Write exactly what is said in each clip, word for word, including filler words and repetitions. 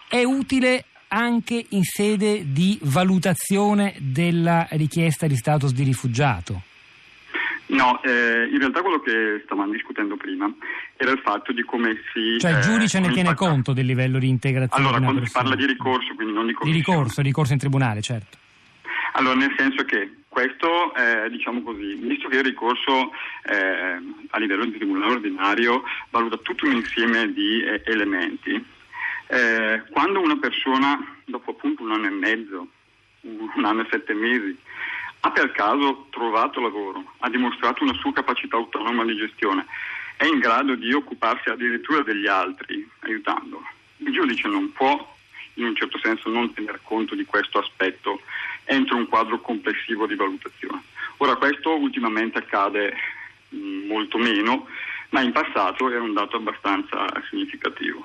è utile anche in sede di valutazione della richiesta di status di rifugiato? No, eh, in realtà quello che stavamo discutendo prima era il fatto di come si... Cioè il giudice eh, ne tiene impatta... conto del livello di integrazione allora, di una quando si persona. parla di ricorso, quindi non di commissione. Di ricorso, ricorso in tribunale, certo. Allora, nel senso che questo, eh, diciamo così, visto che il ricorso eh, a livello di tribunale ordinario valuta tutto un insieme di eh, elementi, eh, quando una persona, dopo appunto un anno e mezzo, un anno e sette mesi, ha per caso trovato lavoro, ha dimostrato una sua capacità autonoma di gestione, è in grado di occuparsi addirittura degli altri, aiutando. Il giudice non può, in un certo senso, non tener conto di questo aspetto entro un quadro complessivo di valutazione. Ora, questo ultimamente accade mh, molto meno, ma in passato era un dato abbastanza significativo.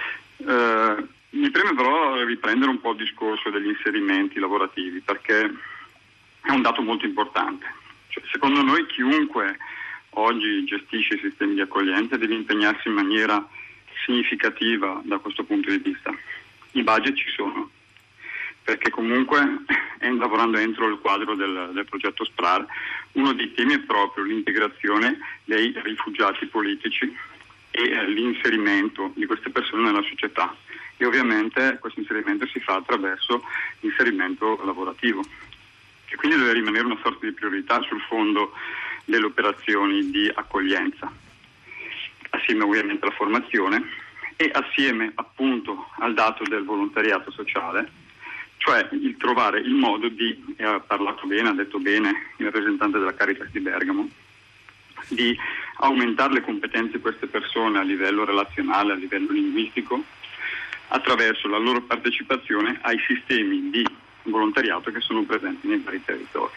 Eh, mi preme però riprendere un po' il discorso degli inserimenti lavorativi, perché è un dato molto importante. Cioè, secondo noi chiunque oggi gestisce i sistemi di accoglienza deve impegnarsi in maniera significativa da questo punto di vista. I budget ci sono, perché comunque è lavorando entro il quadro del, del progetto S P R A R, uno dei temi è proprio l'integrazione dei rifugiati politici e eh, l'inserimento di queste persone nella società, e ovviamente questo inserimento si fa attraverso l'inserimento lavorativo, che quindi deve rimanere una sorta di priorità sul fondo delle operazioni di accoglienza, assieme ovviamente alla formazione e assieme appunto al dato del volontariato sociale, cioè il trovare il modo di, e ha parlato bene, ha detto bene il rappresentante della Caritas di Bergamo, di aumentare le competenze di queste persone a livello relazionale, a livello linguistico, attraverso la loro partecipazione ai sistemi di volontariato che sono presenti nei vari territori.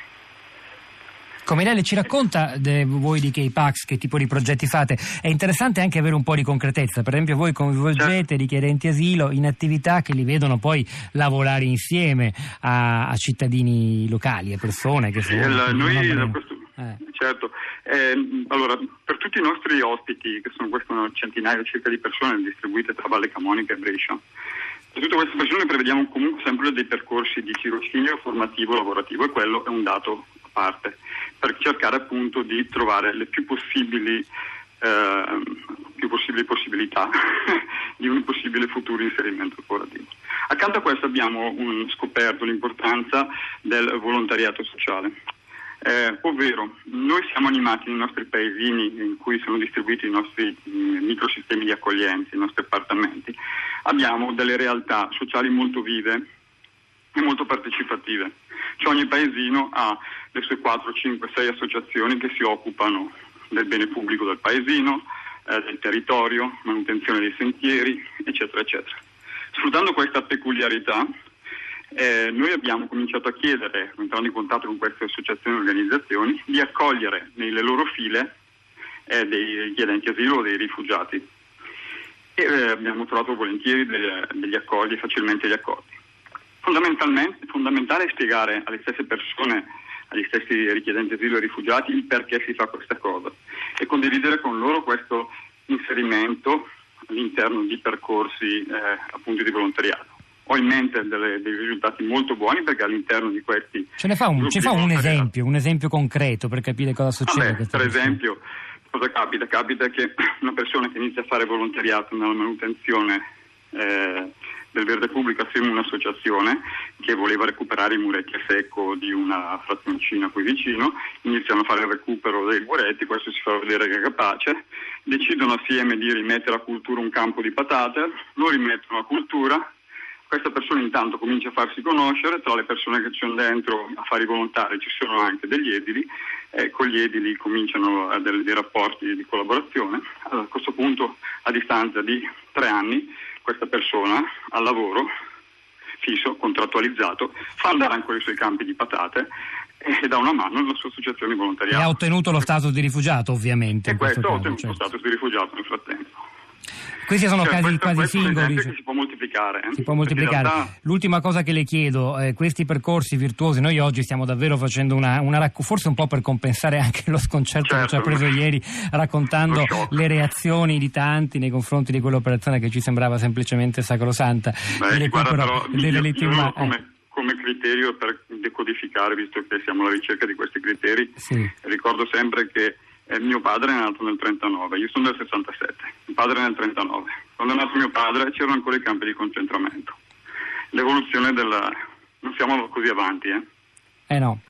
Come lei ci racconta de, voi di K-Pax, che tipo di progetti fate, è interessante anche avere un po' di concretezza. Per esempio voi coinvolgete richiedenti asilo in attività che li vedono poi lavorare insieme a, a cittadini locali, a persone che sono... Sì, che noi non da questo, eh. Certo, eh, allora per tutti i nostri ospiti, che sono questo centinaio circa di persone distribuite tra Valle Camonica e Brescia, per tutte queste persone prevediamo comunque sempre dei percorsi di tirocinio formativo lavorativo, e quello è un dato a parte, per cercare appunto di trovare le più possibili eh, più possibili possibilità di un possibile futuro inserimento lavorativo. Accanto a questo abbiamo un, scoperto l'importanza del volontariato sociale, eh, ovvero noi siamo animati nei nostri paesini in cui sono distribuiti i nostri mh, microsistemi di accoglienza, i nostri appartamenti. Abbiamo delle realtà sociali molto vive e molto partecipative. Cioè ogni paesino ha le sue quattro, cinque, sei associazioni che si occupano del bene pubblico del paesino, eh, del territorio, manutenzione dei sentieri, eccetera, eccetera. Sfruttando questa peculiarità, eh, noi abbiamo cominciato a chiedere, entrando in contatto con queste associazioni e organizzazioni, di accogliere nelle loro file eh, dei richiedenti asilo o dei rifugiati. E eh, abbiamo trovato volentieri degli, degli accordi, facilmente gli accordi. Fondamentalmente, fondamentale è spiegare alle stesse persone, agli stessi richiedenti asilo e rifugiati, il perché si fa questa cosa e condividere con loro questo inserimento all'interno di percorsi eh, appunto di volontariato. Ho in mente delle, dei risultati molto buoni, perché all'interno di questi... Ce ne fa un, ci fa un esempio, un esempio concreto per capire cosa succede. Vabbè, per esempio, cosa capita? Capita che una persona che inizia a fare volontariato nella manutenzione eh, del verde pubblico assieme a un'associazione che voleva recuperare i muretti a secco di una frazioncina qui vicino, iniziano a fare il recupero dei muretti, questo si fa vedere che è capace, decidono assieme di rimettere a cultura un campo di patate, lo rimettono a cultura. Questa persona intanto comincia a farsi conoscere, tra le persone che ci sono dentro a fare i volontari ci sono anche degli edili, e con gli edili cominciano a delle, dei rapporti di collaborazione. Allora, a questo punto, a distanza di tre anni, questa persona al lavoro fisso, contrattualizzato, fa andare ancora i suoi campi di patate e dà una mano alla sua associazione di volontariato. E ha ottenuto lo status di rifugiato, ovviamente. E questo ha ottenuto certo. lo status di rifugiato nel frattempo. Questi sono cioè, casi questo, quasi questo singoli. È che si può moltiplicare. Eh? Si può moltiplicare. Realtà... L'ultima cosa che le chiedo, eh, questi percorsi virtuosi, noi oggi stiamo davvero facendo una, una racco- forse un po' per compensare anche lo sconcerto certo. che ci ha preso ieri, raccontando le reazioni di tanti nei confronti di quell'operazione che ci sembrava semplicemente sacrosanta. Beh, guarda, però, delle io, letture, io ma, come, eh. come criterio per decodificare, visto che siamo alla ricerca di questi criteri, sì. ricordo sempre che eh, mio padre è nato nel trentanove, io sono del sessantasette, mio padre nel trentanove. Quando è nato mio padre c'erano ancora i campi di concentramento. L'evoluzione della... non siamo così avanti, eh? Eh no.